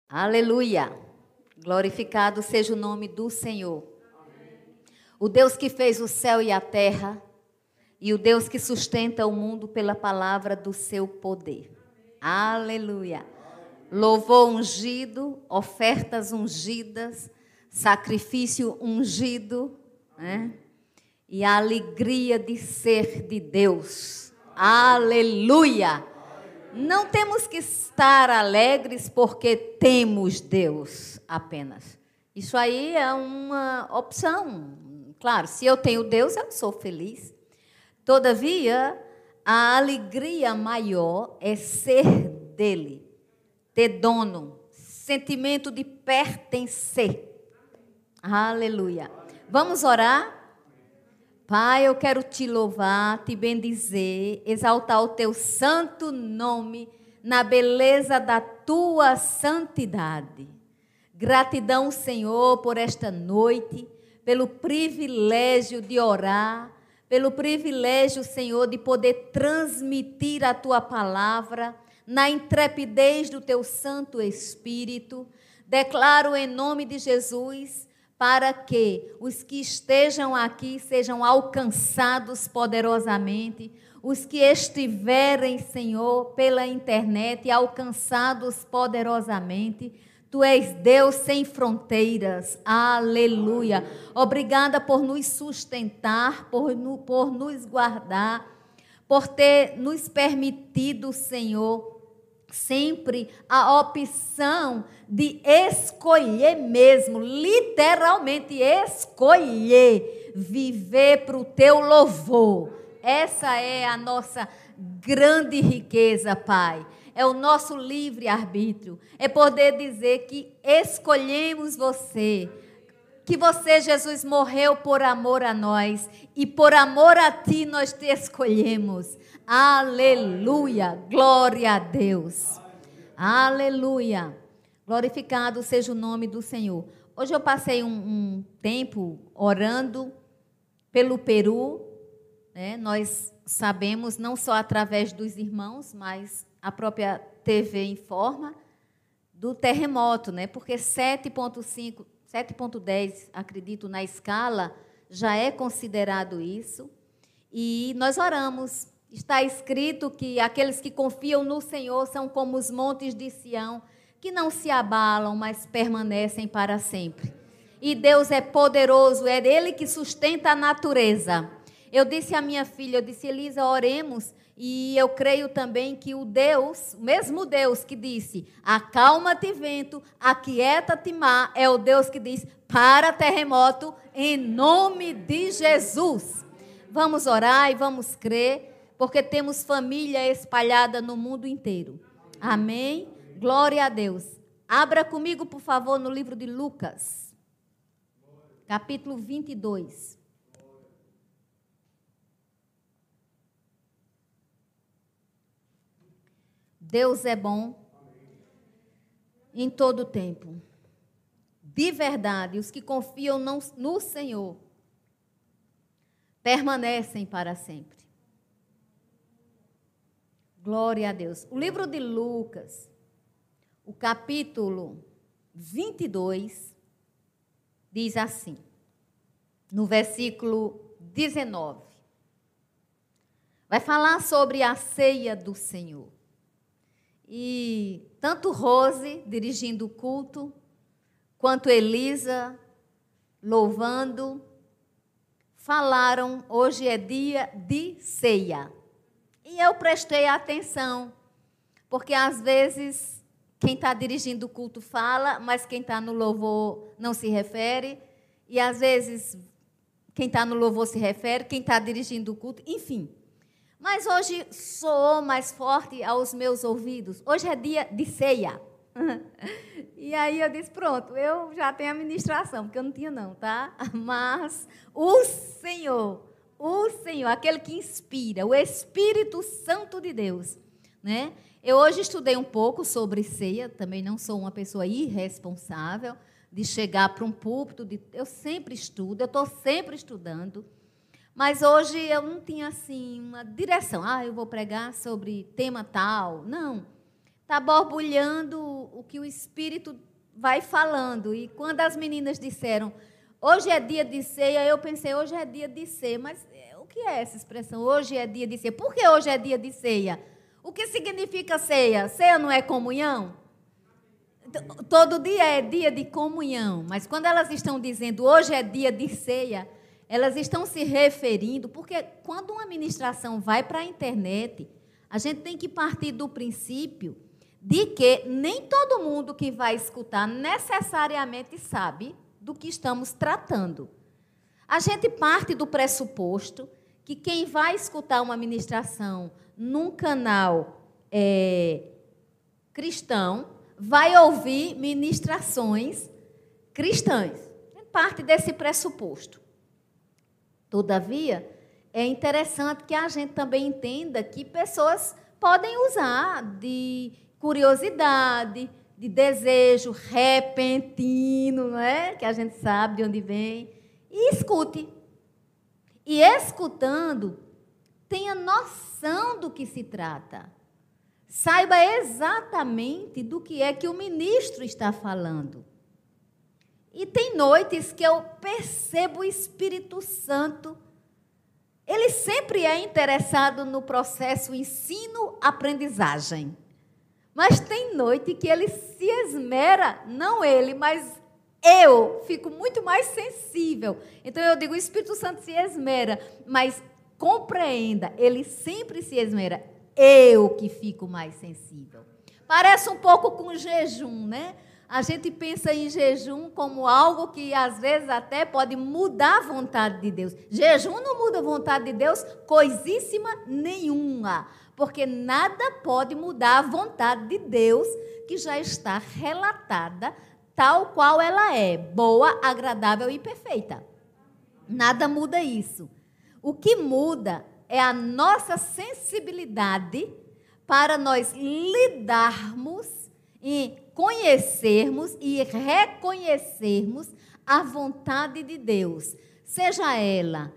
Aleluia! Glorificado seja o nome do Senhor. O Deus que fez o céu e a terra e o Deus que sustenta o mundo pela palavra do seu poder. Aleluia! Louvor ungido, ofertas ungidas, sacrifício ungido, né? E a alegria de ser de Deus. Aleluia! Não temos que estar alegres porque temos Deus apenas. Isso aí é uma opção. Claro, se eu tenho Deus, eu sou feliz. Todavia, a alegria maior é ser dele, ter dono, sentimento de pertencer. Aleluia. Vamos orar? Pai, eu quero te louvar, te bendizer, exaltar o teu santo nome na beleza da tua santidade. Gratidão, Senhor, por esta noite, pelo privilégio de orar, pelo privilégio, Senhor, de poder transmitir a tua palavra na intrepidez do teu Santo Espírito. Declaro em nome de Jesus, para que os que estejam aqui sejam alcançados poderosamente, os que estiverem, Senhor, pela internet, alcançados poderosamente. Tu és Deus sem fronteiras, aleluia. Obrigada por nos sustentar, por nos guardar, por ter nos permitido, Senhor, sempre a opção de escolher mesmo, literalmente escolher, viver para o teu louvor. Essa é a nossa grande riqueza, Pai. É o nosso livre-arbítrio. É poder dizer que escolhemos você. Que você, Jesus, morreu por amor a nós. E por amor a ti nós te escolhemos. Aleluia. Glória a Deus. Aleluia. Glorificado seja o nome do Senhor. Hoje eu passei um tempo orando pelo Peru. Né? Nós sabemos, não só através dos irmãos, mas a própria TV informa do terremoto, né? Porque 7,5, 7,10, acredito, na escala, já é considerado isso. E nós oramos. Está escrito que aqueles que confiam no Senhor são como os montes de Sião, que não se abalam, mas permanecem para sempre. E Deus é poderoso, é Ele que sustenta a natureza. Eu disse à minha filha, Elisa, oremos. E eu creio também que o Deus, o mesmo Deus que disse, acalma-te vento, aquieta-te mar, é o Deus que diz, para terremoto, em nome de Jesus. Vamos orar e vamos crer, porque temos família espalhada no mundo inteiro. Amém? Glória a Deus. Abra comigo, por favor, no livro de Lucas, capítulo 22. Deus é bom em todo tempo. De verdade, os que confiam no Senhor permanecem para sempre. Glória a Deus. O livro de Lucas, o capítulo 22, diz assim, no versículo 19. Vai falar sobre a ceia do Senhor. E tanto Rose, dirigindo o culto, quanto Elisa, louvando, falaram, hoje é dia de ceia. E eu prestei atenção, porque às vezes quem está dirigindo o culto fala, mas quem está no louvor não se refere, e às vezes quem está no louvor se refere, quem está dirigindo o culto, enfim. Mas hoje soou mais forte aos meus ouvidos. Hoje é dia de ceia. E aí eu disse, pronto, eu já tenho a ministração, porque eu não tinha não, tá? Mas o Senhor, aquele que inspira, o Espírito Santo de Deus, né? Eu hoje estudei um pouco sobre ceia, também não sou uma pessoa irresponsável de chegar para um púlpito, eu sempre estudo, eu estou sempre estudando. Mas hoje eu não tinha, assim, uma direção. Eu vou pregar sobre tema tal. Não. está borbulhando o que o Espírito vai falando. E quando as meninas disseram, hoje é dia de ceia, eu pensei, hoje é dia de ceia. Mas o que é essa expressão, hoje é dia de ceia? Por que hoje é dia de ceia? O que significa ceia? Ceia não é comunhão? Todo dia é dia de comunhão. Mas quando elas estão dizendo, hoje é dia de ceia, elas estão se referindo, porque quando uma ministração vai para a internet, a gente tem que partir do princípio de que nem todo mundo que vai escutar necessariamente sabe do que estamos tratando. A gente parte do pressuposto que quem vai escutar uma ministração num canal cristão vai ouvir ministrações cristãs. Parte desse pressuposto. Todavia, é interessante que a gente também entenda que pessoas podem usar de curiosidade, de desejo repentino, não é? Que a gente sabe de onde vem, e escute. E escutando, tenha noção do que se trata. Saiba exatamente do que é que o ministro está falando. E tem noites que eu percebo o Espírito Santo. Ele sempre é interessado no processo ensino-aprendizagem. Mas tem noite que ele se esmera, não ele, mas eu fico muito mais sensível. Então eu digo, o Espírito Santo se esmera, mas compreenda, ele sempre se esmera. Eu que fico mais sensível. Parece um pouco com jejum, né? A gente pensa em jejum como algo que, às vezes, até pode mudar a vontade de Deus. Jejum não muda a vontade de Deus coisíssima nenhuma, porque nada pode mudar a vontade de Deus, que já está relatada tal qual ela é, boa, agradável e perfeita. Nada muda isso. O que muda é a nossa sensibilidade para nós lidarmos e conhecermos e reconhecermos a vontade de Deus, seja ela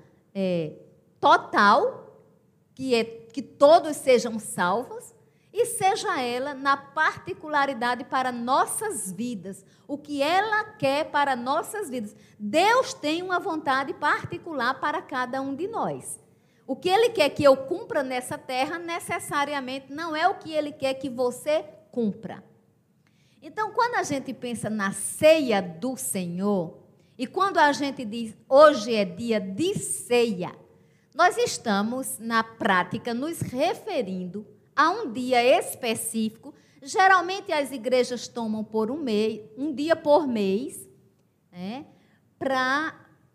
total, que todos sejam salvos, e seja ela na particularidade para nossas vidas, o que ela quer para nossas vidas. Deus tem uma vontade particular para cada um de nós. O que Ele quer que eu cumpra nessa terra, necessariamente não é o que Ele quer que você cumpra. Então, quando a gente pensa na ceia do Senhor, e quando a gente diz, hoje é dia de ceia, nós estamos, na prática, nos referindo a um dia específico. Geralmente, as igrejas tomam por um dia por mês, né, para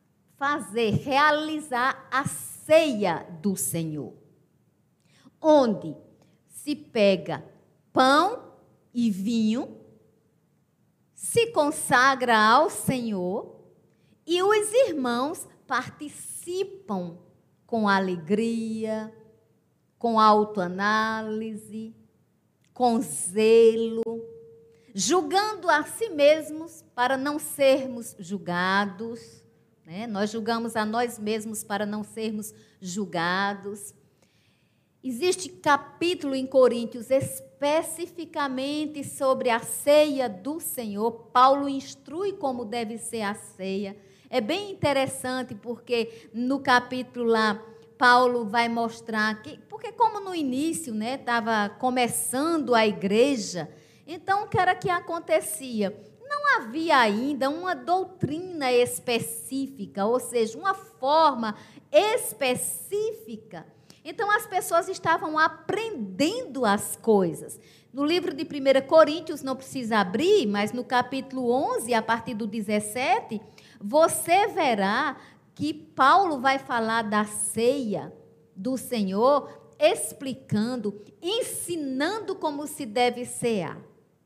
realizar a ceia do Senhor, onde se pega pão e vinho, se consagra ao Senhor e os irmãos participam com alegria, com autoanálise, com zelo, julgando a si mesmos para não sermos julgados, né? Nós julgamos a nós mesmos para não sermos julgados. Existe capítulo em Coríntios especificamente sobre a ceia do Senhor. Paulo instrui como deve ser a ceia. É bem interessante porque no capítulo lá, Paulo vai mostrar que, porque como no início, né, estava começando a igreja, então o que era que acontecia? Não havia ainda uma doutrina específica, ou seja, uma forma específica. Então, as pessoas estavam aprendendo as coisas. No livro de 1 Coríntios, não precisa abrir, mas no capítulo 11, a partir do 17, você verá que Paulo vai falar da ceia do Senhor, explicando, ensinando como se deve cear.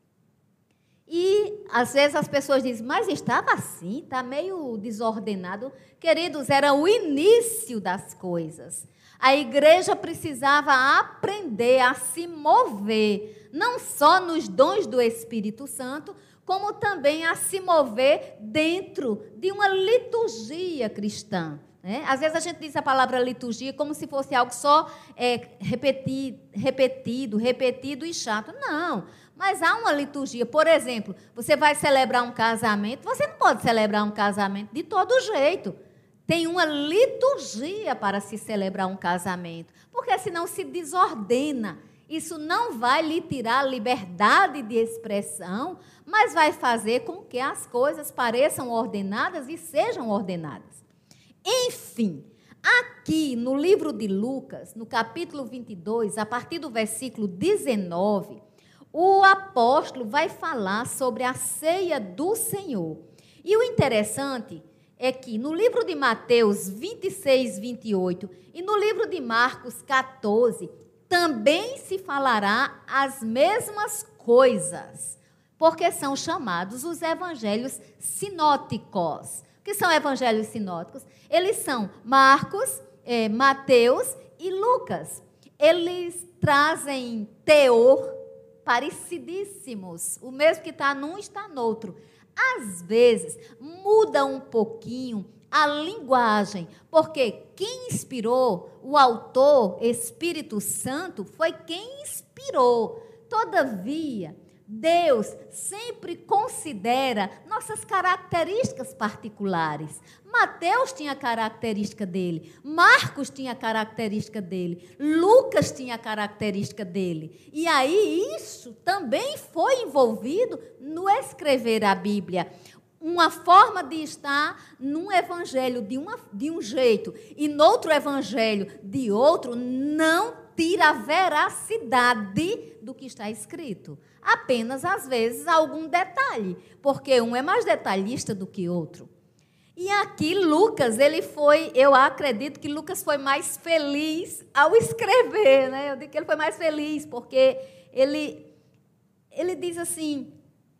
E, às vezes, as pessoas dizem, mas estava assim, está meio desordenado. Queridos, era o início das coisas. A igreja precisava aprender a se mover, não só nos dons do Espírito Santo, como também a se mover dentro de uma liturgia cristã. né? Às vezes a gente diz a palavra liturgia como se fosse algo só repetido e chato. Não, mas há uma liturgia. Por exemplo, você vai celebrar um casamento, você não pode celebrar um casamento de todo jeito. Tem uma liturgia para se celebrar um casamento, porque senão se desordena. Isso não vai lhe tirar liberdade de expressão, mas vai fazer com que as coisas pareçam ordenadas e sejam ordenadas. Enfim, aqui no livro de Lucas, no capítulo 22, a partir do versículo 19, o apóstolo vai falar sobre a ceia do Senhor. E o interessante é que no livro de Mateus 26, 28 e no livro de Marcos 14, também se falará as mesmas coisas, porque são chamados os evangelhos sinóticos. O que são evangelhos sinóticos? Eles são Marcos, Mateus e Lucas. Eles trazem teor parecidíssimos. O mesmo que está num está no outro. Às vezes, muda um pouquinho a linguagem, porque quem inspirou, o autor, Espírito Santo, foi quem inspirou. Todavia, Deus sempre considera nossas características particulares. Mateus tinha a característica dele, Marcos tinha a característica dele, Lucas tinha a característica dele. E aí isso também foi envolvido no escrever a Bíblia. Uma forma de estar num evangelho de um jeito e noutro evangelho de outro não tira a veracidade do que está escrito. Apenas, às vezes, algum detalhe, porque um é mais detalhista do que outro. E aqui Lucas, eu acredito que Lucas foi mais feliz ao escrever, né? Eu digo que ele foi mais feliz, porque ele diz assim,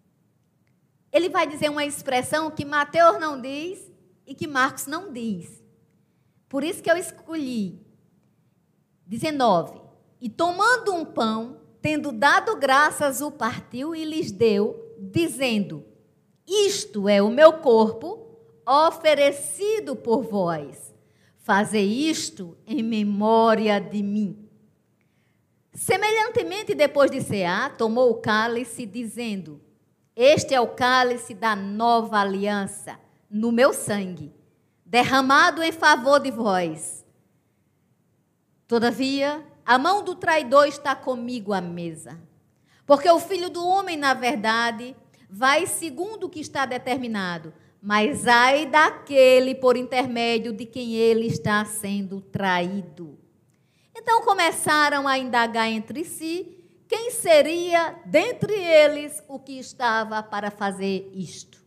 ele vai dizer uma expressão que Mateus não diz e que Marcos não diz. Por isso que eu escolhi 19. E tomando um pão, tendo dado graças, o partiu e lhes deu, dizendo: isto é o meu corpo, oferecido por vós. Fazei isto em memória de mim. Semelhantemente, depois de cear, tomou o cálice, dizendo: este é o cálice da nova aliança, no meu sangue, derramado em favor de vós. Todavia, a mão do traidor está comigo à mesa. Porque o Filho do Homem, na verdade, vai segundo o que está determinado, mas ai daquele por intermédio de quem ele está sendo traído. Então começaram a indagar entre si quem seria dentre eles o que estava para fazer isto.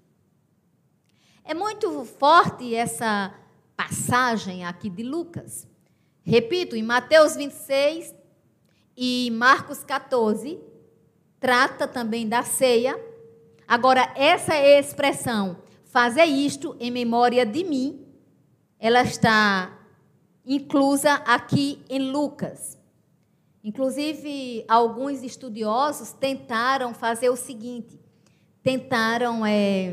É muito forte essa passagem aqui de Lucas. Repito, em Mateus 26 e Marcos 14, trata também da ceia. Agora, essa expressão, fazer isto em memória de mim, ela está inclusa aqui em Lucas. Inclusive, alguns estudiosos tentaram fazer o seguinte, tentaram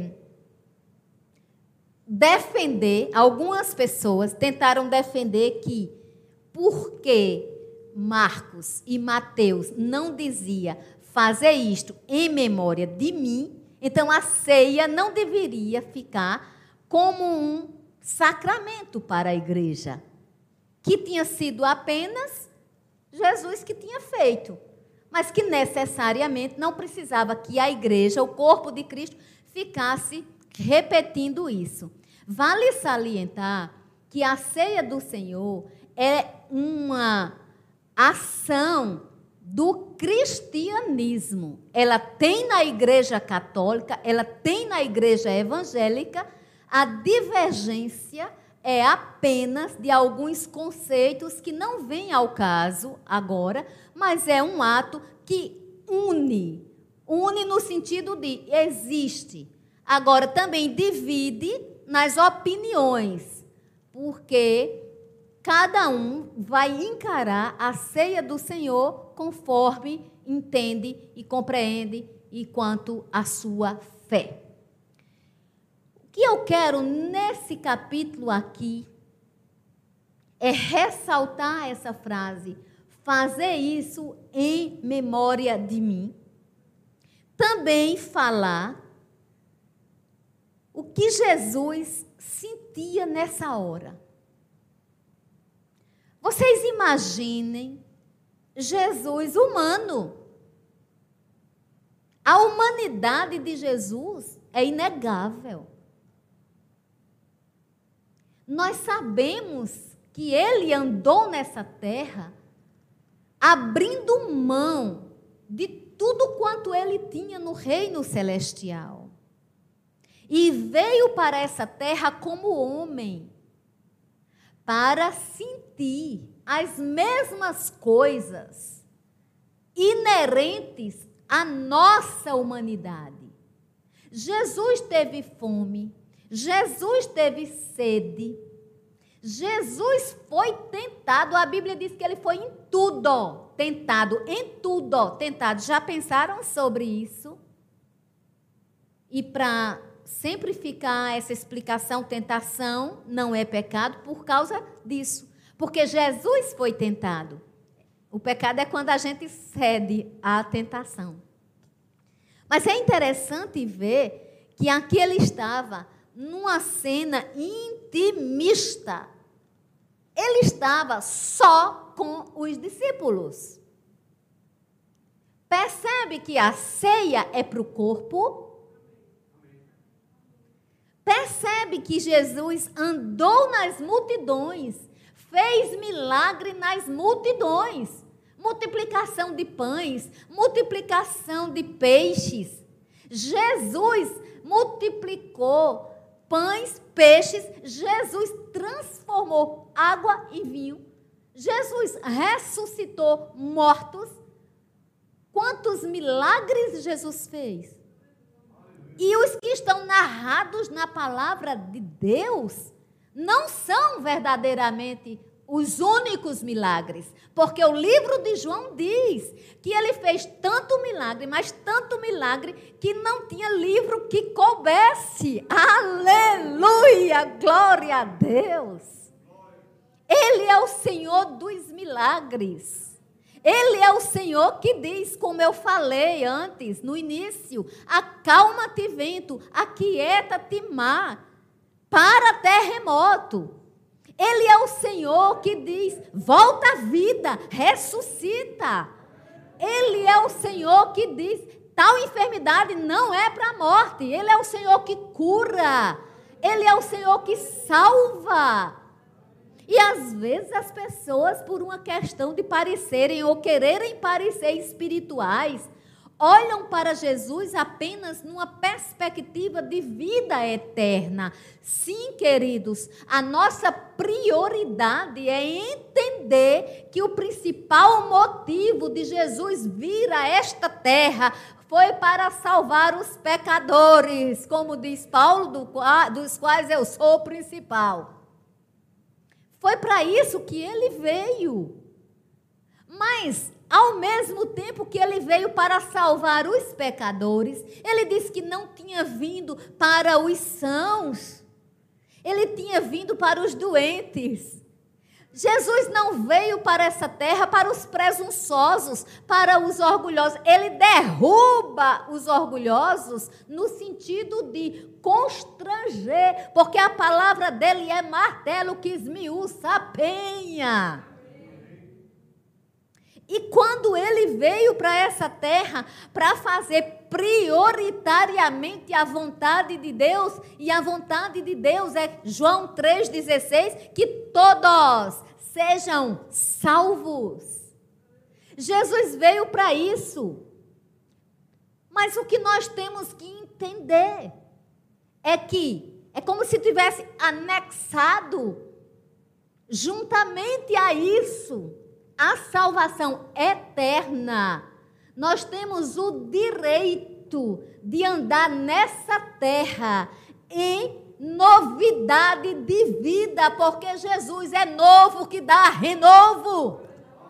defender, algumas pessoas tentaram defender que, porque Marcos e Mateus não diziam fazer isto em memória de mim, então a ceia não deveria ficar como um sacramento para a igreja, que tinha sido apenas Jesus que tinha feito, mas que necessariamente não precisava que a igreja, o corpo de Cristo, ficasse repetindo isso. Vale salientar que a ceia do Senhor é uma ação do cristianismo. Ela tem na igreja católica, ela tem na igreja evangélica. A divergência é apenas de alguns conceitos que não vêm ao caso agora, mas é um ato que une no sentido de existe. Agora também divide nas opiniões, porque cada um vai encarar a ceia do Senhor conforme entende e compreende e quanto à sua fé. O que eu quero nesse capítulo aqui é ressaltar essa frase, fazer isso em memória de mim. Também falar o que Jesus sentia nessa hora. Vocês imaginem Jesus humano. A humanidade de Jesus é inegável. Nós sabemos que ele andou nessa terra abrindo mão de tudo quanto ele tinha no reino celestial. E veio para essa terra como homem, para sentir as mesmas coisas inerentes à nossa humanidade. Jesus teve fome, Jesus teve sede, Jesus foi tentado, a Bíblia diz que ele foi em tudo tentado, em tudo tentado. Já pensaram sobre isso? E para simplificar essa explicação, tentação não é pecado por causa disso. Porque Jesus foi tentado. O pecado é quando a gente cede à tentação. Mas é interessante ver que aqui ele estava numa cena intimista. Ele estava só com os discípulos. Percebe que a ceia é para o corpo? Percebe que Jesus andou nas multidões, fez milagre nas multidões, multiplicação de pães, multiplicação de peixes. Jesus multiplicou pães, peixes, Jesus transformou água em vinho, Jesus ressuscitou mortos. Quantos milagres Jesus fez? E os que estão narrados na palavra de Deus não são verdadeiramente os únicos milagres, porque o livro de João diz que ele fez tanto milagre, mas tanto milagre, que não tinha livro que coubesse. Aleluia! Glória a Deus! Ele é o Senhor dos milagres. Ele é o Senhor que diz, como eu falei antes, no início, acalma-te vento, aquieta-te mar, para terremoto. Ele é o Senhor que diz, volta à vida, ressuscita. Ele é o Senhor que diz, tal enfermidade não é para a morte. Ele é o Senhor que cura. Ele é o Senhor que salva. E às vezes as pessoas, por uma questão de parecerem ou quererem parecer espirituais, olham para Jesus apenas numa perspectiva de vida eterna. Sim, queridos, a nossa prioridade é entender que o principal motivo de Jesus vir a esta terra foi para salvar os pecadores, como diz Paulo, dos quais eu sou o principal. Foi para isso que ele veio. Mas, ao mesmo tempo que ele veio para salvar os pecadores, ele disse que não tinha vindo para os sãos. Ele tinha vindo para os doentes. Jesus não veio para essa terra para os presunçosos, para os orgulhosos. Ele derruba os orgulhosos no sentido de constranger, porque a palavra dele é martelo que esmiuça a penha. E quando ele veio para essa terra para fazer prioritariamente a vontade de Deus, e a vontade de Deus é João 3,16, que todos sejam salvos. Jesus veio para isso. Mas o que nós temos que entender é que é como se tivesse anexado juntamente a isso a salvação eterna. Nós temos o direito de andar nessa terra em novidade de vida, porque Jesus é novo que dá renovo.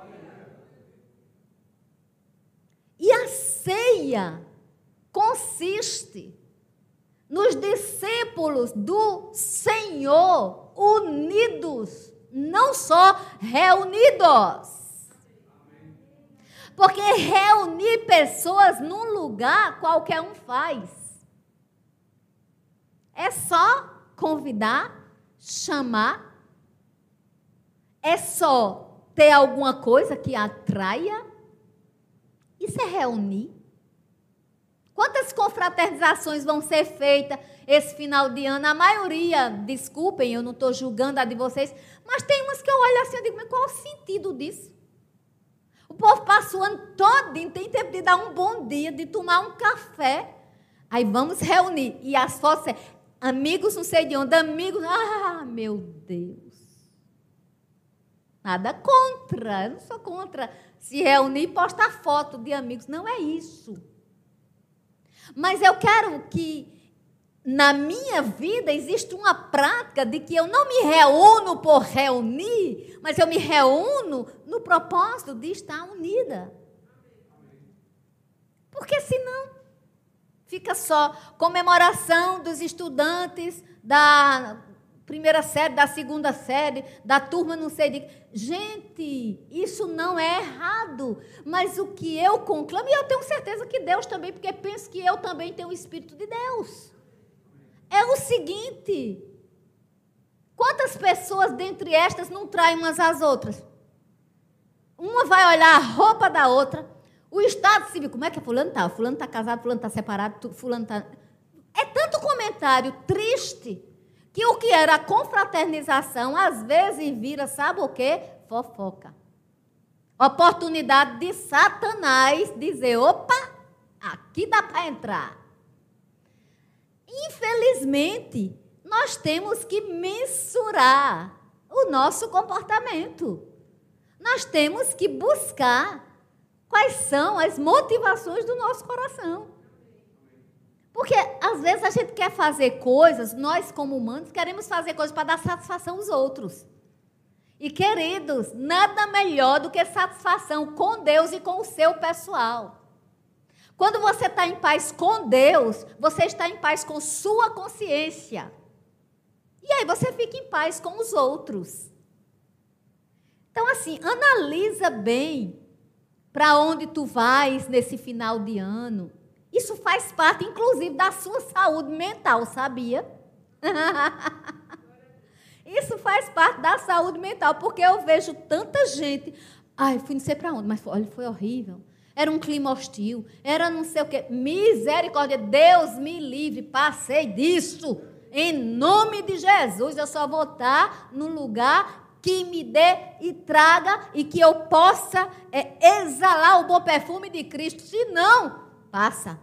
E a ceia consiste nos discípulos do Senhor unidos não só reunidos. Porque reunir pessoas num lugar, qualquer um faz. É só convidar, chamar. É só ter alguma coisa que atraia. Isso é reunir. Quantas confraternizações vão ser feitas esse final de ano? A maioria, desculpem, eu não estou julgando a de vocês, mas tem umas que eu olho assim e digo, mas qual é o sentido disso? O povo passa o ano todo, tem tempo de dar um bom dia, de tomar um café. Aí vamos reunir. E as fotos, amigos não sei de onde, amigos, meu Deus. Nada contra, eu não sou contra se reunir e postar foto de amigos, não é isso. Mas eu quero que na minha vida existe uma prática de que eu não me reúno por reunir, mas eu me reúno no propósito de estar unida. Porque senão fica só comemoração dos estudantes da primeira série, da segunda série, da turma não sei de... Gente, isso não é errado, mas o que eu conclamo, e eu tenho certeza que Deus também, porque penso que eu também tenho o Espírito de Deus. É o seguinte, quantas pessoas dentre estas não traem umas às outras? Uma vai olhar a roupa da outra, o estado civil, como é que fulano está? Fulano está casado, fulano está separado, fulano está... É tanto comentário triste, que o que era confraternização, às vezes vira, sabe o quê? Fofoca. Oportunidade de Satanás dizer, opa, aqui dá para entrar. Infelizmente, nós temos que mensurar o nosso comportamento. Nós temos que buscar quais são as motivações do nosso coração. Porque, às vezes, a gente quer fazer coisas, nós, como humanos, queremos fazer coisas para dar satisfação aos outros. E, queridos, nada melhor do que satisfação com Deus e com o seu pessoal. Quando você está em paz com Deus, você está em paz com sua consciência. E aí você fica em paz com os outros. Então, assim, analisa bem para onde tu vais nesse final de ano. Isso faz parte, inclusive, da sua saúde mental, sabia? Isso faz parte da saúde mental, porque eu vejo tanta gente... Ai, fui não sei para onde, mas olha, foi horrível. Era um clima hostil, era não sei o quê. Misericórdia, Deus me livre, passei disso. Em nome de Jesus, eu só vou estar no lugar que me dê e traga e que eu possa exalar o bom perfume de Cristo. Se não, passa.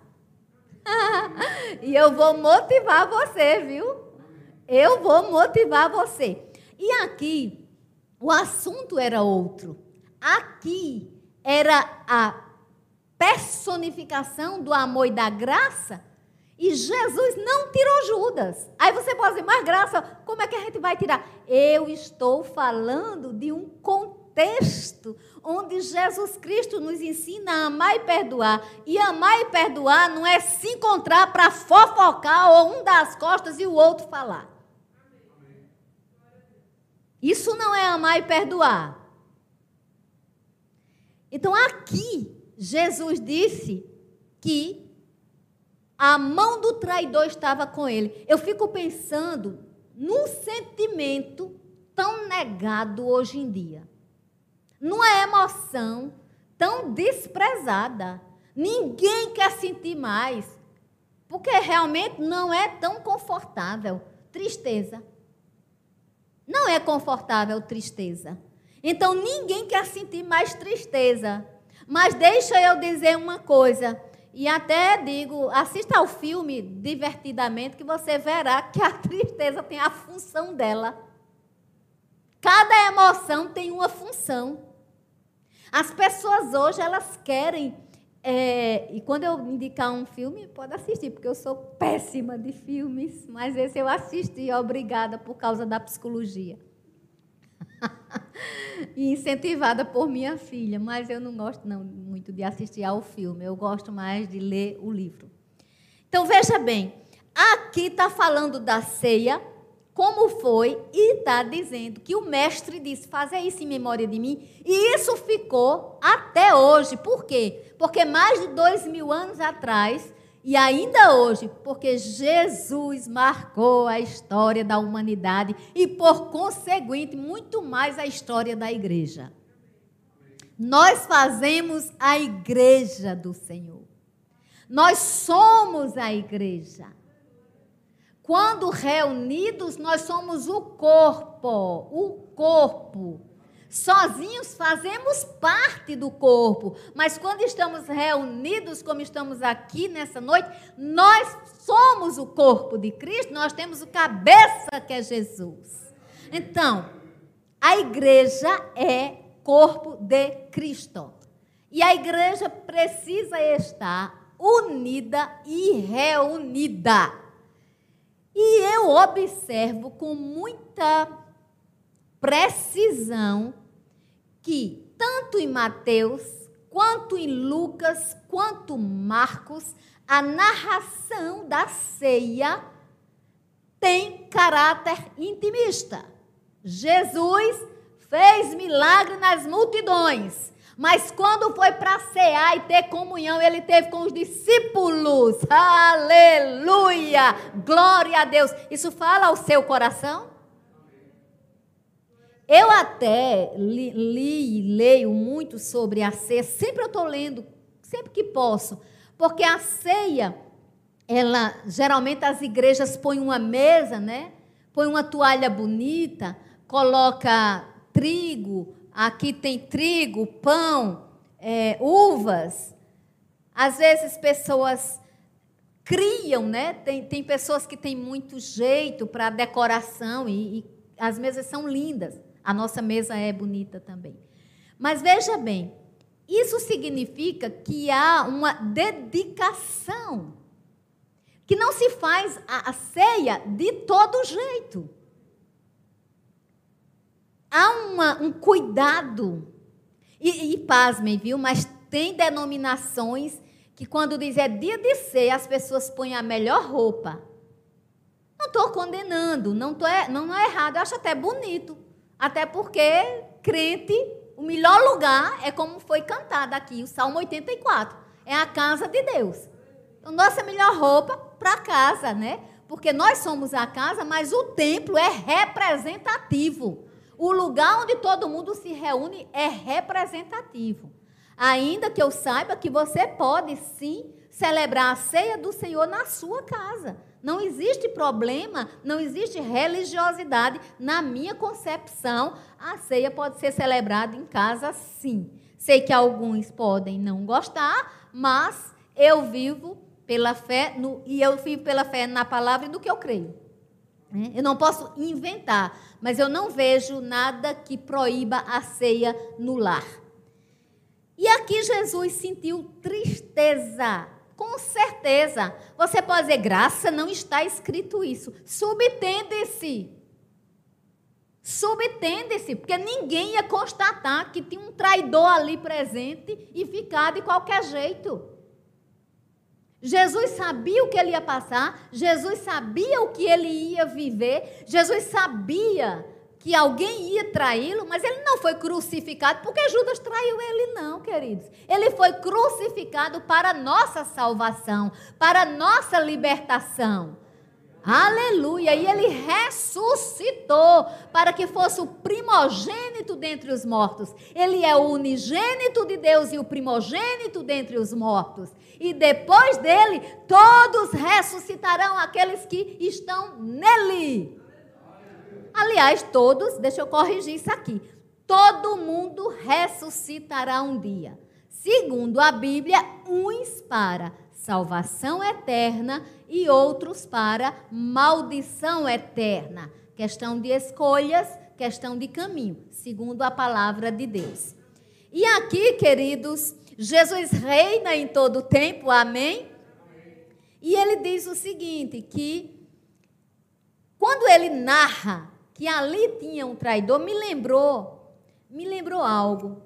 E eu vou motivar você, viu? Eu vou motivar você. E aqui, o assunto era outro. Aqui era a personificação do amor e da graça, e Jesus não tirou Judas. Aí você pode dizer, mas graça, como é que a gente vai tirar? Eu estou falando de um contexto onde Jesus Cristo nos ensina a amar e perdoar. E amar e perdoar não é se encontrar para fofocar ou um dar as costas e o outro falar. Isso não é amar e perdoar. Então aqui, Jesus disse que a mão do traidor estava com ele. Eu fico pensando num sentimento tão negado hoje em dia. Numa emoção tão desprezada. Ninguém quer sentir mais. Porque realmente não é tão confortável. Tristeza. Não é confortável tristeza. Então ninguém quer sentir mais tristeza. Mas deixa eu dizer uma coisa, e até digo, assista ao filme divertidamente, que você verá que a tristeza tem a função dela. Cada emoção tem uma função. As pessoas hoje, elas querem, e quando eu indicar um filme, pode assistir, porque eu sou péssima de filmes, mas esse eu assisti, obrigada, por causa da psicologia. E incentivada por minha filha, mas eu não gosto muito de assistir ao filme, eu gosto mais de ler o livro. Então, veja bem, aqui está falando da ceia, como foi, e está dizendo que o mestre disse, faça isso em memória de mim, e isso ficou até hoje. Por quê? Porque mais de 2000 anos atrás, e ainda hoje, porque Jesus marcou a história da humanidade e, por conseguinte, muito mais a história da igreja. Nós fazemos a igreja do Senhor. Nós somos a igreja. Quando reunidos, nós somos o corpo, Sozinhos fazemos parte do corpo, mas quando estamos reunidos, como estamos aqui nessa noite, nós somos o corpo de Cristo, nós temos o cabeça que é Jesus. Então, a igreja é corpo de Cristo. E a igreja precisa estar unida e reunida. E eu observo com muita precisão que tanto em Mateus, quanto em Lucas, quanto Marcos, a narração da ceia tem caráter intimista. Jesus fez milagre nas multidões, mas quando foi para cear e ter comunhão, ele teve com os discípulos. Aleluia! Glória a Deus! Isso fala ao seu coração? Eu até li e leio muito sobre a ceia. Sempre eu estou lendo, sempre que posso. Porque a ceia, geralmente as igrejas põem uma mesa, né? Põe uma toalha bonita, coloca trigo. Aqui tem trigo, pão, uvas. Às vezes pessoas criam, né? Tem pessoas que têm muito jeito para decoração e as mesas são lindas. A nossa mesa é bonita também. Mas veja bem, isso significa que há uma dedicação. Que não se faz a ceia de todo jeito. Há um cuidado. E pasmem, viu? Mas tem denominações que quando diz é dia de ceia, as pessoas põem a melhor roupa. Não estou condenando, não é errado, eu acho até bonito. Até porque crente, o melhor lugar é como foi cantado aqui, o Salmo 84. É a casa de Deus. Então, nossa melhor roupa para casa, né? Porque nós somos a casa, mas o templo é representativo. O lugar onde todo mundo se reúne é representativo. Ainda que eu saiba que você pode, sim, celebrar a ceia do Senhor na sua casa. Não existe problema, não existe religiosidade. Na minha concepção, a ceia pode ser celebrada em casa, sim. Sei que alguns podem não gostar, mas eu vivo pela fé, e eu vivo pela fé na palavra e no que eu creio. Eu não posso inventar, mas eu não vejo nada que proíba a ceia no lar. E aqui Jesus sentiu tristeza. Com certeza. Você pode dizer, graça, não está escrito isso. Subtende-se. Subtende-se, porque ninguém ia constatar que tinha um traidor ali presente e ficar de qualquer jeito. Jesus sabia o que ele ia passar, Jesus sabia o que ele ia viver, Jesus sabia que alguém ia traí-lo, mas ele não foi crucificado porque Judas traiu ele, não, queridos. Ele foi crucificado para a nossa salvação, para a nossa libertação. Aleluia! E ele ressuscitou para que fosse o primogênito dentre os mortos. Ele é o unigênito de Deus e o primogênito dentre os mortos. E depois dele, todos ressuscitarão aqueles que estão nele. Aliás, todos, deixa eu corrigir isso aqui. Todo mundo ressuscitará um dia. Segundo a Bíblia, uns para salvação eterna e outros para maldição eterna. Questão de escolhas, questão de caminho, segundo a palavra de Deus. E aqui, queridos, Jesus reina em todo o tempo, amém? E ele diz o seguinte, que quando ele narra que ali tinha um traidor, me lembrou algo.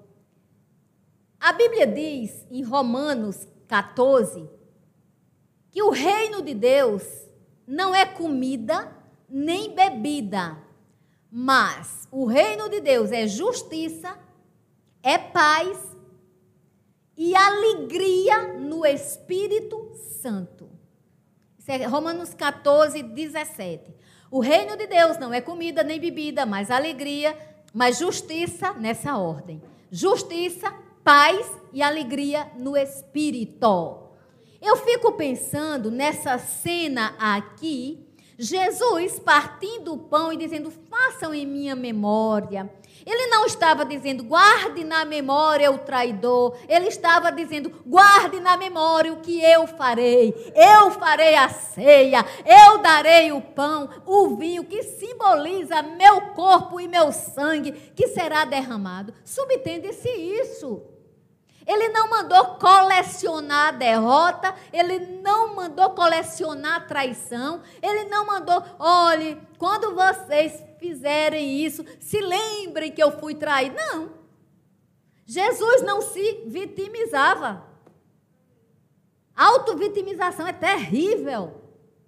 A Bíblia diz, em Romanos 14, que o reino de Deus não é comida, nem bebida. Mas o reino de Deus é justiça, é paz e alegria no Espírito Santo. Isso é Romanos 14, 17. O reino de Deus não é comida nem bebida, mas alegria, mas justiça nessa ordem. Justiça, paz e alegria no Espírito. Eu fico pensando nessa cena aqui, Jesus partindo o pão e dizendo, façam em minha memória. Ele não estava dizendo, guarde na memória o traidor. Ele estava dizendo, guarde na memória o que eu farei. Eu farei a ceia, eu darei o pão, o vinho, que simboliza meu corpo e meu sangue, que será derramado. Subentende-se isso. Ele não mandou colecionar a derrota, ele não mandou colecionar a traição, ele não mandou, olhe, quando vocês fizerem isso, se lembrem que eu fui traído. Não. Jesus não se vitimizava. Autovitimização é terrível.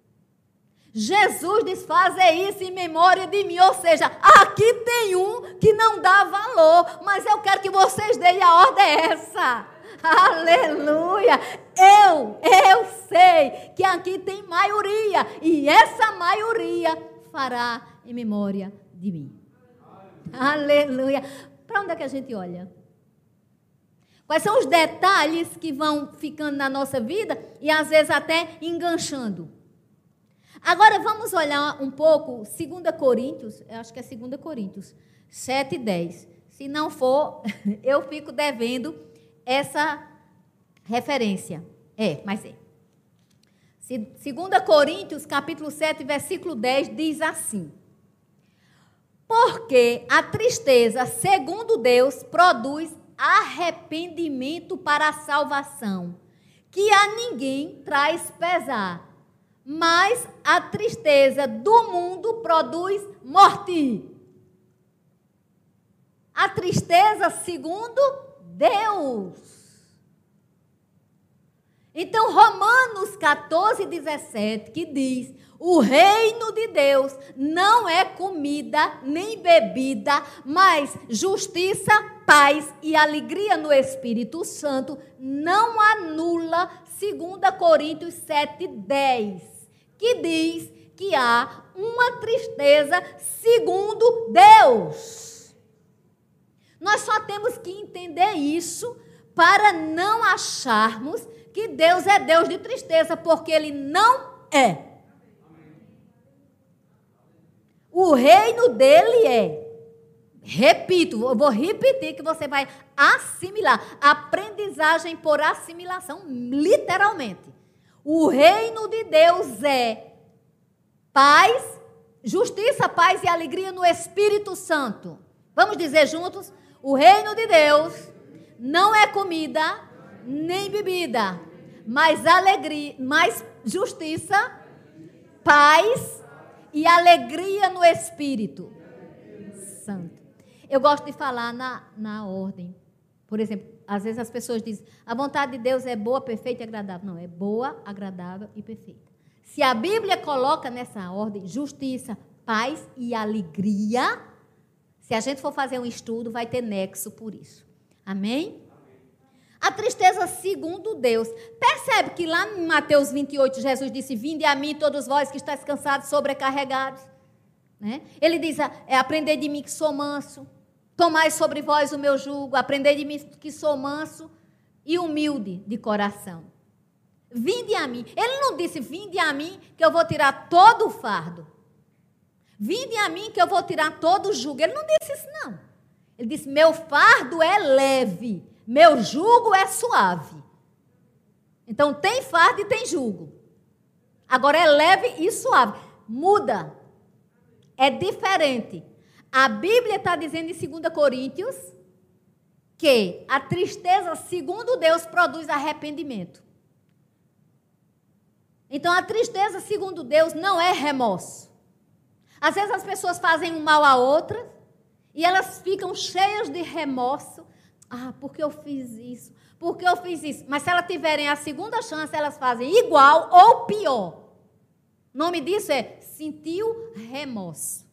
Jesus diz, fazer isso em memória de mim, ou seja, aqui tem um que não dá valor, mas eu quero que vocês deem a ordem essa. Aleluia! Eu sei que aqui tem maioria, e essa maioria fará em memória de mim. Aleluia! Para onde é que a gente olha? Quais são os detalhes que vão ficando na nossa vida e às vezes até enganchando? Agora vamos olhar um pouco 2 Coríntios, eu acho que é 2 Coríntios 7 e 10. Se não for, eu fico devendo essa referência. Mas é. 2 Coríntios, capítulo 7, versículo 10, diz assim. Porque a tristeza, segundo Deus, produz arrependimento para a salvação, que a ninguém traz pesar. Mas a tristeza do mundo produz morte. A tristeza segundo Deus. Então, Romanos 14, 17, que diz, o reino de Deus não é comida nem bebida, mas justiça, paz e alegria no Espírito Santo, não anula 2 Coríntios 7, 10. Que diz que há uma tristeza segundo Deus. Nós só temos que entender isso para não acharmos que Deus é Deus de tristeza, porque Ele não é. O reino dele é, repito, eu vou repetir que você vai assimilar, aprendizagem por assimilação, literalmente. O reino de Deus é paz, justiça, paz e alegria no Espírito Santo. Vamos dizer juntos? O reino de Deus não é comida nem bebida, mas alegria, mais justiça, paz e alegria no Espírito Santo. Eu gosto de falar na ordem. Por exemplo, às vezes as pessoas dizem, a vontade de Deus é boa, perfeita e agradável. Não, é boa, agradável e perfeita. Se a Bíblia coloca nessa ordem justiça, paz e alegria, se a gente for fazer um estudo, vai ter nexo por isso. Amém? A tristeza segundo Deus. Percebe que lá em Mateus 28, Jesus disse, vinde a mim todos vós que estáis cansados, sobrecarregados. Né? Ele diz, aprendei de mim que sou manso. Tomai sobre vós o meu jugo, aprendei de mim que sou manso e humilde de coração. Vinde a mim. Ele não disse, vinde a mim que eu vou tirar todo o fardo. Vinde a mim que eu vou tirar todo o jugo. Ele não disse isso, não. Ele disse, meu fardo é leve, meu jugo é suave. Então, tem fardo e tem jugo. Agora, é leve e suave. Muda. É diferente. A Bíblia está dizendo em 2 Coríntios que a tristeza, segundo Deus, produz arrependimento. Então, a tristeza, segundo Deus, não é remorso. Às vezes as pessoas fazem um mal a outras e elas ficam cheias de remorso. Ah, porque eu fiz isso? Porque eu fiz isso? Mas se elas tiverem a segunda chance, elas fazem igual ou pior. O nome disso é sentiu remorso.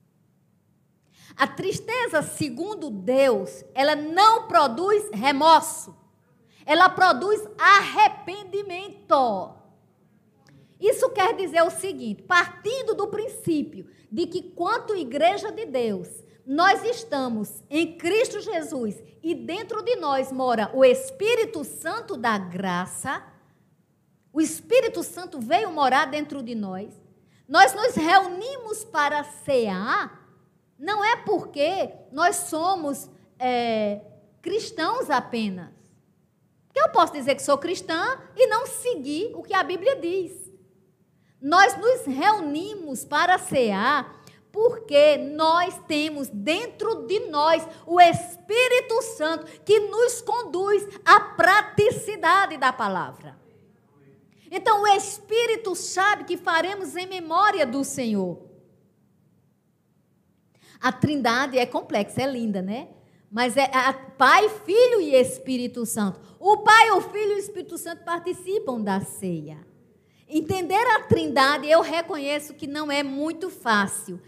A tristeza, segundo Deus, ela não produz remorso. Ela produz arrependimento. Isso quer dizer o seguinte, partindo do princípio de que, quanto igreja de Deus, nós estamos em Cristo Jesus e dentro de nós mora o Espírito Santo da graça, o Espírito Santo veio morar dentro de nós, nós nos reunimos para cear, não é porque nós somos cristãos apenas. Porque eu posso dizer que sou cristã e não seguir o que a Bíblia diz. Nós nos reunimos para cear porque nós temos dentro de nós o Espírito Santo que nos conduz à praticidade da palavra. Então, o Espírito sabe que faremos em memória do Senhor. A Trindade é complexa, é linda, né? Mas é Pai, Filho e Espírito Santo. O Pai, o Filho e o Espírito Santo participam da ceia. Entender a Trindade, eu reconheço que não é muito fácil.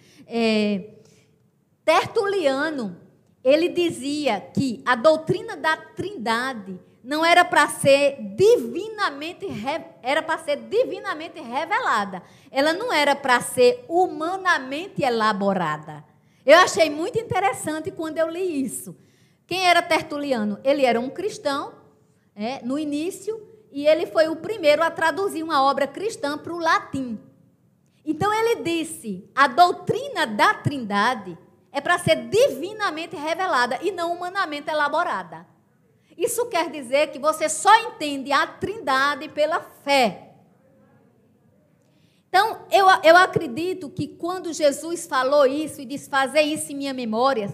Tertuliano, ele dizia que a doutrina da Trindade não era para ser divinamente, era para ser divinamente revelada. Ela não era para ser humanamente elaborada. Eu achei muito interessante quando eu li isso. Quem era Tertuliano? Ele era um cristão, no início, e ele foi o primeiro a traduzir uma obra cristã para o latim. Então, ele disse, a doutrina da Trindade é para ser divinamente revelada e não humanamente elaborada. Isso quer dizer que você só entende a Trindade pela fé. Então, eu acredito que quando Jesus falou isso e disse, fazer isso em minha memória,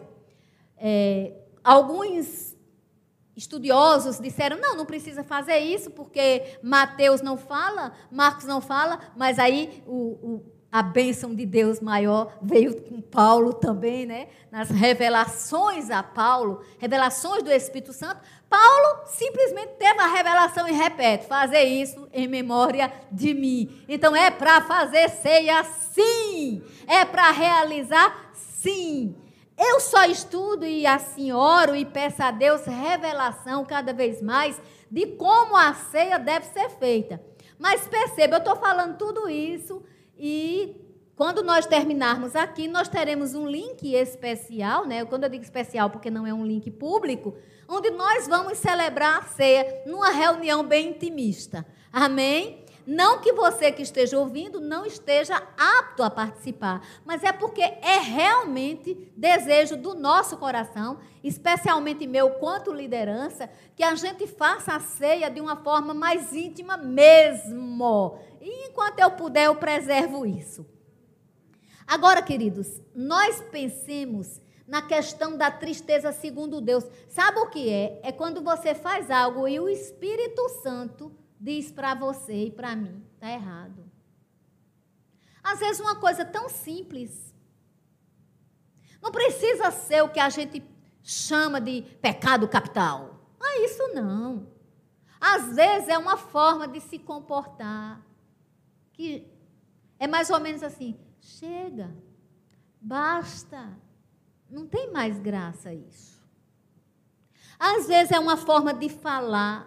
alguns estudiosos disseram, não precisa fazer isso, porque Mateus não fala, Marcos não fala, mas aí a bênção de Deus maior veio com Paulo também, né? Nas revelações a Paulo, revelações do Espírito Santo. Paulo simplesmente teve a revelação e repete, fazer isso em memória de mim. Então, é para fazer ceia, sim. É para realizar, sim. Eu só estudo e assim oro e peço a Deus revelação cada vez mais de como a ceia deve ser feita. Mas perceba, eu estou falando tudo isso e quando nós terminarmos aqui, nós teremos um link especial, né? Quando eu digo especial, porque não é um link público, onde nós vamos celebrar a ceia numa reunião bem intimista. Amém? Não que você que esteja ouvindo não esteja apto a participar, mas é porque é realmente desejo do nosso coração, especialmente meu quanto liderança, que a gente faça a ceia de uma forma mais íntima mesmo. E enquanto eu puder, eu preservo isso. Agora, queridos, nós pensemos na questão da tristeza segundo Deus. Sabe o que é? É quando você faz algo e o Espírito Santo diz para você e para mim, está errado. Às vezes uma coisa tão simples. Não precisa ser o que a gente chama de pecado capital. Isso não. Às vezes é uma forma de se comportar. Que é mais ou menos assim, chega, basta. Não tem mais graça isso. Às vezes é uma forma de falar.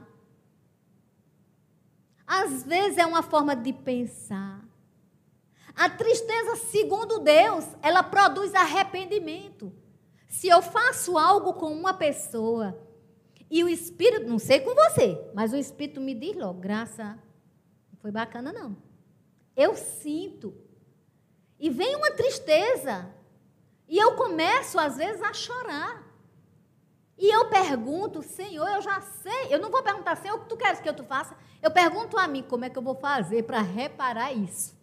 Às vezes é uma forma de pensar. A tristeza, segundo Deus, ela produz arrependimento. Se eu faço algo com uma pessoa e o Espírito, não sei com você, mas o Espírito me diz logo, graça, não foi bacana não. Eu sinto. E vem uma tristeza. E eu começo, às vezes, a chorar. E eu pergunto, Senhor, eu já sei. Eu não vou perguntar, Senhor, o que tu queres que eu te faça? Eu pergunto a mim, como é que eu vou fazer para reparar isso?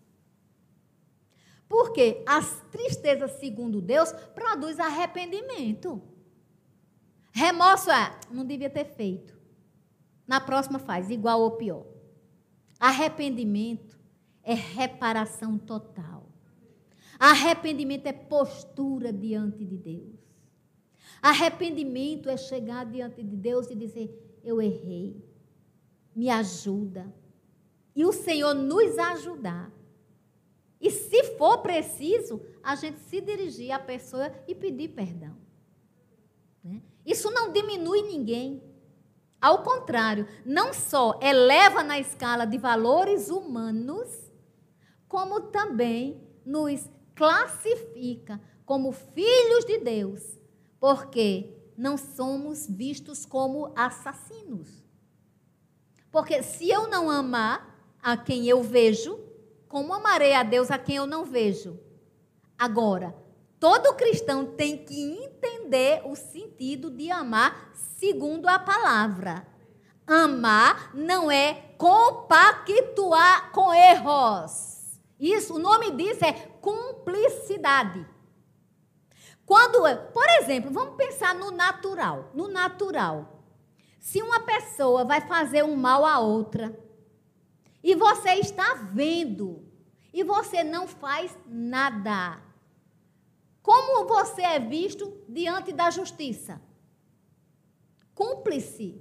Porque as tristezas, segundo Deus, produz arrependimento. Remorso não devia ter feito. Na próxima faz, igual ou pior. Arrependimento é reparação total. Arrependimento é postura diante de Deus. Arrependimento é chegar diante de Deus e dizer, eu errei, me ajuda. E o Senhor nos ajudar E se for preciso, a gente se dirigir à pessoa e pedir perdão. Né? Isso não diminui ninguém. Ao contrário, não só eleva na escala de valores humanos, como também nos classifica como filhos de Deus, porque não somos vistos como assassinos. Porque se eu não amar a quem eu vejo, como amarei a Deus a quem eu não vejo? Agora, todo cristão tem que entender o sentido de amar segundo a palavra. Amar não é compactuar com erros. Isso, o nome disso é cumplicidade. Quando, por exemplo, vamos pensar no natural. No natural, se uma pessoa vai fazer um mal a outra, e você está vendo, e você não faz nada, como você é visto diante da justiça? Cúmplice.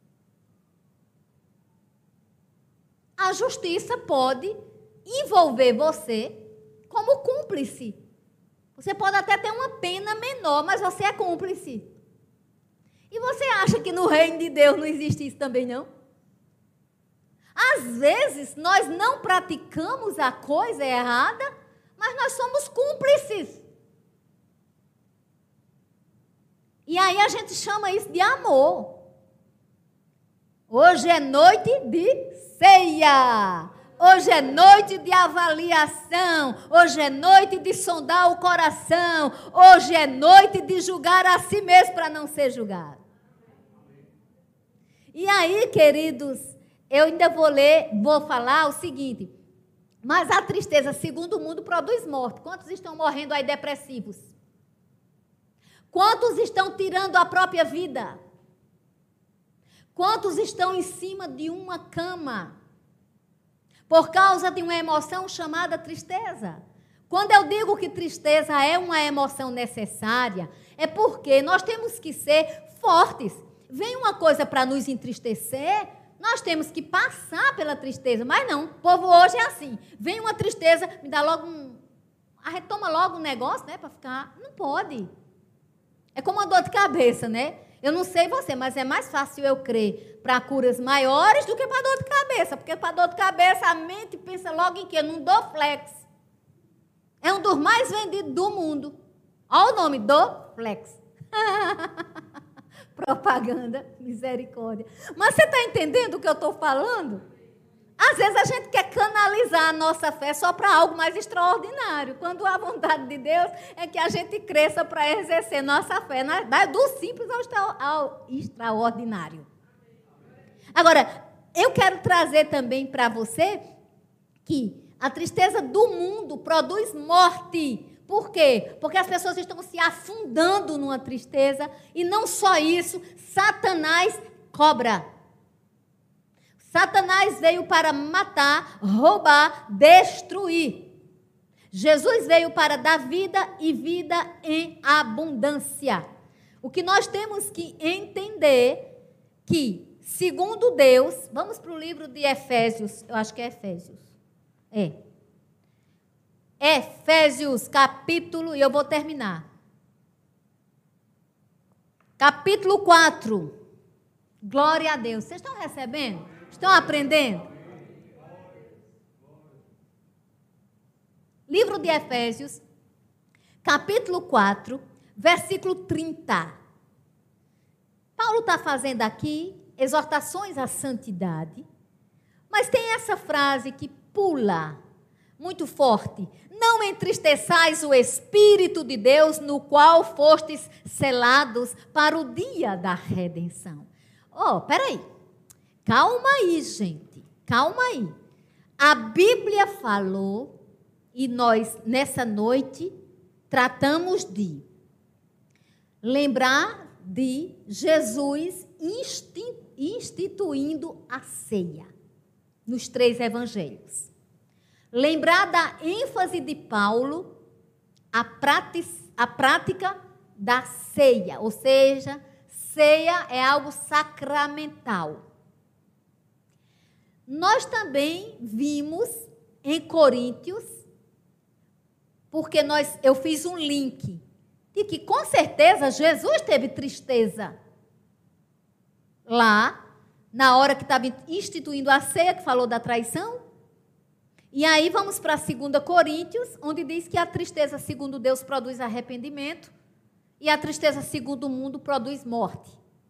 A justiça pode envolver você como cúmplice. Você pode até ter uma pena menor, mas você é cúmplice. E você acha que no reino de Deus não existe isso também, não? Às vezes, nós não praticamos a coisa errada, mas nós somos cúmplices. E aí a gente chama isso de amor. Hoje é noite de ceia. Hoje é noite de avaliação. Hoje é noite de sondar o coração. Hoje é noite de julgar a si mesmo para não ser julgado. E aí, queridos, eu ainda vou falar o seguinte. Mas a tristeza, segundo o mundo, produz morte. Quantos estão morrendo aí depressivos? Quantos estão tirando a própria vida? Quantos estão em cima de uma cama por causa de uma emoção chamada tristeza? Quando eu digo que tristeza é uma emoção necessária, é porque nós temos que ser fortes. Vem uma coisa para nos entristecer, nós temos que passar pela tristeza. Mas não, o povo hoje é assim. Vem uma tristeza, me dá logo retoma logo um negócio, né, para ficar. Não pode. É como uma dor de cabeça, né? Eu não sei você, mas é mais fácil eu crer para curas maiores do que para dor de cabeça. Porque para dor de cabeça a mente pensa logo em quê? Num Dorflex. É um dos mais vendidos do mundo. Olha o nome, Dorflex. Propaganda, misericórdia. Mas você está entendendo o que eu estou falando? Às vezes a gente quer canalizar a nossa fé só para algo mais extraordinário, quando a vontade de Deus é que a gente cresça para exercer nossa fé, do simples ao extraordinário. Agora, eu quero trazer também para você que a tristeza do mundo produz morte. Por quê? Porque as pessoas estão se afundando numa tristeza e não só isso, Satanás cobra. Satanás veio para matar, roubar, destruir. Jesus veio para dar vida e vida em abundância. O que nós temos que entender que, segundo Deus, vamos para o livro de Efésios, eu acho que é Efésios. Efésios, capítulo, e eu vou terminar. Capítulo 4. Glória a Deus. Vocês estão recebendo? Estão aprendendo? Livro de Efésios, capítulo 4, versículo 30. Paulo está fazendo aqui exortações à santidade, mas tem essa frase que pula muito forte. Não entristeçais o Espírito de Deus, no qual fostes selados para o dia da redenção. Peraí. Calma aí, gente. Calma aí. A Bíblia falou, e nós, nessa noite, tratamos de lembrar de Jesus instituindo a ceia nos 3 evangelhos. Lembrar da ênfase de Paulo, a prática da ceia, ou seja, ceia é algo sacramental. Nós também vimos em Coríntios porque eu fiz um link de que, com certeza, Jesus teve tristeza lá, na hora que estava instituindo a ceia, que falou da traição. E aí vamos para 2 Coríntios, onde diz que a tristeza, segundo Deus, produz arrependimento, e a tristeza, segundo o mundo, produz morte.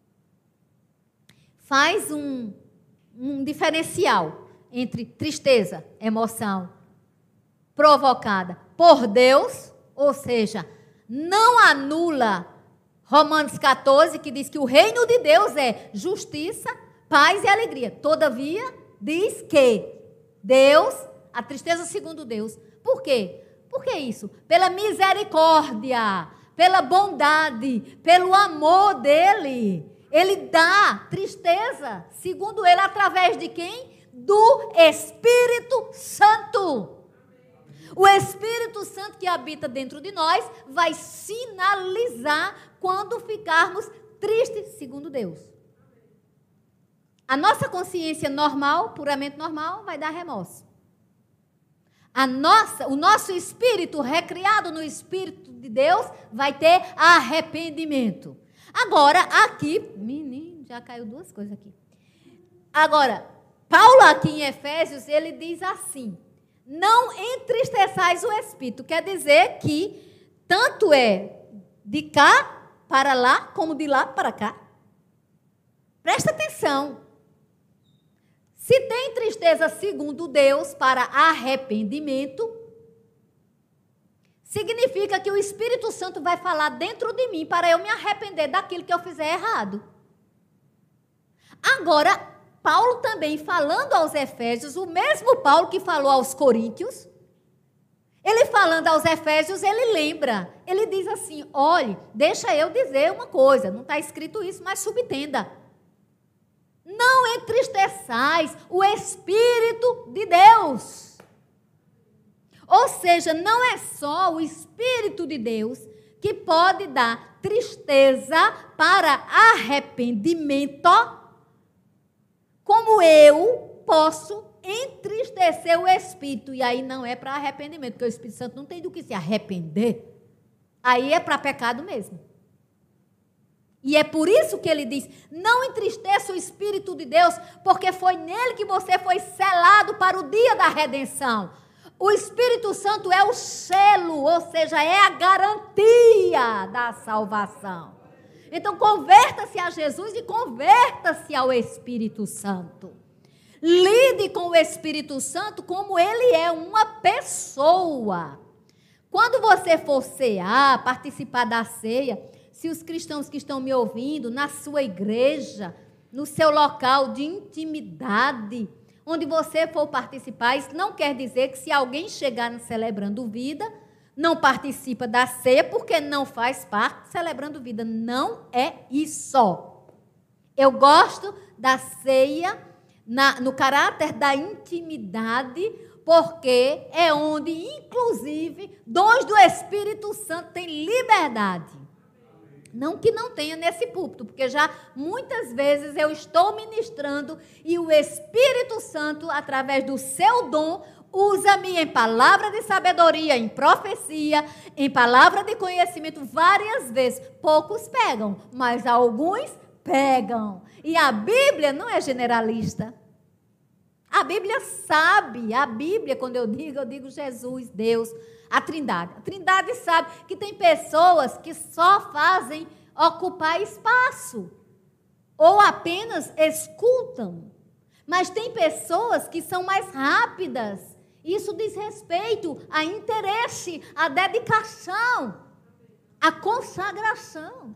Faz um diferencial entre tristeza, emoção provocada por Deus, ou seja, não anula Romanos 14, que diz que o reino de Deus é justiça, paz e alegria. Todavia, diz que Deus, a tristeza segundo Deus. Por quê? Por que isso? Pela misericórdia, pela bondade, pelo amor dele. Ele dá tristeza, segundo ele, através de quem? Do Espírito Santo. O Espírito Santo que habita dentro de nós vai sinalizar quando ficarmos tristes, segundo Deus. A nossa consciência normal, puramente normal, vai dar remorso. O nosso espírito, recriado no Espírito de Deus, vai ter arrependimento. Agora, aqui, menino, já caiu 2 coisas aqui. Agora, Paulo aqui em Efésios, ele diz assim: não entristeçais o Espírito. Quer dizer que tanto é de cá para lá, como de lá para cá. Presta atenção. Se tem tristeza segundo Deus para arrependimento, significa que o Espírito Santo vai falar dentro de mim para eu me arrepender daquilo que eu fizer errado. Agora, Paulo também falando aos Efésios, o mesmo Paulo que falou aos Coríntios, ele falando aos Efésios, ele lembra, ele diz assim: olhe, deixa eu dizer uma coisa, não está escrito isso, mas subentenda. Não entristeçais o Espírito de Deus. Ou seja, não é só o Espírito de Deus que pode dar tristeza para arrependimento, como eu posso entristecer o Espírito. E aí não é para arrependimento, porque o Espírito Santo não tem do que se arrepender. Aí é para pecado mesmo. E é por isso que ele diz: não entristeça o Espírito de Deus, porque foi nele que você foi selado para o dia da redenção. O Espírito Santo é o selo, ou seja, é a garantia da salvação. Então, converta-se a Jesus e converta-se ao Espírito Santo. Lide com o Espírito Santo como ele é uma pessoa. Quando você for cear, participar da ceia, se os cristãos que estão me ouvindo, na sua igreja, no seu local de intimidade, onde você for participar, isso não quer dizer que se alguém chegar no Celebrando Vida, não participa da ceia porque não faz parte Celebrando Vida. Não é isso. Eu gosto da ceia no caráter da intimidade, porque é onde, inclusive, dons do Espírito Santo têm liberdade. Não que não tenha nesse púlpito, porque já muitas vezes eu estou ministrando e o Espírito Santo, através do seu dom, usa-me em palavra de sabedoria, em profecia, em palavra de conhecimento várias vezes. Poucos pegam, mas alguns pegam. E a Bíblia não é generalista. A Bíblia sabe, quando eu digo Jesus, Deus, a Trindade. A Trindade sabe que tem pessoas que só fazem ocupar espaço ou apenas escutam. Mas tem pessoas que são mais rápidas. Isso diz respeito a interesse, a dedicação, a consagração.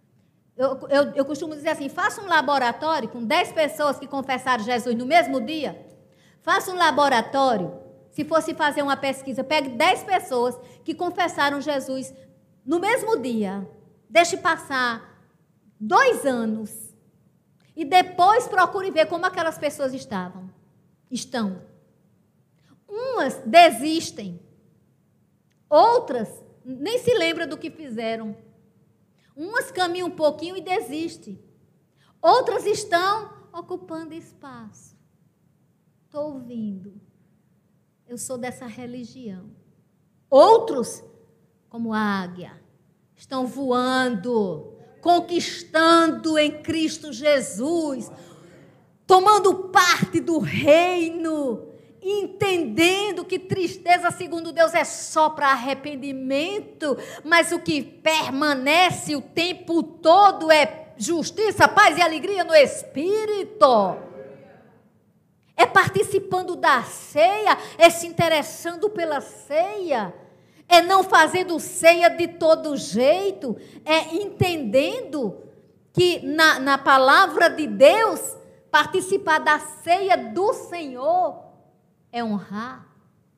Eu costumo dizer assim: faça um laboratório com 10 pessoas que confessaram Jesus no mesmo dia. Faça um laboratório. Se fosse fazer uma pesquisa, pegue 10 pessoas que confessaram Jesus no mesmo dia. Deixe passar 2 anos. E depois procure ver como aquelas pessoas estão. Umas desistem. Outras nem se lembram do que fizeram. Umas caminham um pouquinho e desistem. Outras estão ocupando espaço. Estou ouvindo. Eu sou dessa religião. Outros, como a águia, estão voando, conquistando em Cristo Jesus, tomando parte do reino, entendendo que tristeza, segundo Deus, é só para arrependimento, mas o que permanece o tempo todo é justiça, paz e alegria no Espírito. É participando da ceia, é se interessando pela ceia, é não fazendo ceia de todo jeito, é entendendo que na palavra de Deus, participar da ceia do Senhor é honrar,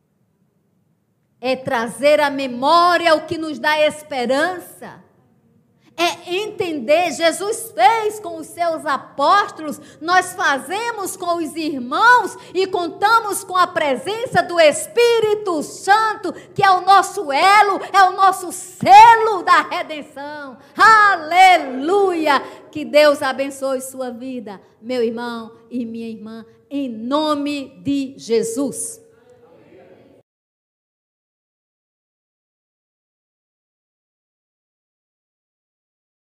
é trazer à memória o que nos dá esperança, é entender, Jesus fez com os seus apóstolos, nós fazemos com os irmãos e contamos com a presença do Espírito Santo, que é o nosso elo, é o nosso selo da redenção. Aleluia! Que Deus abençoe sua vida, meu irmão e minha irmã, em nome de Jesus.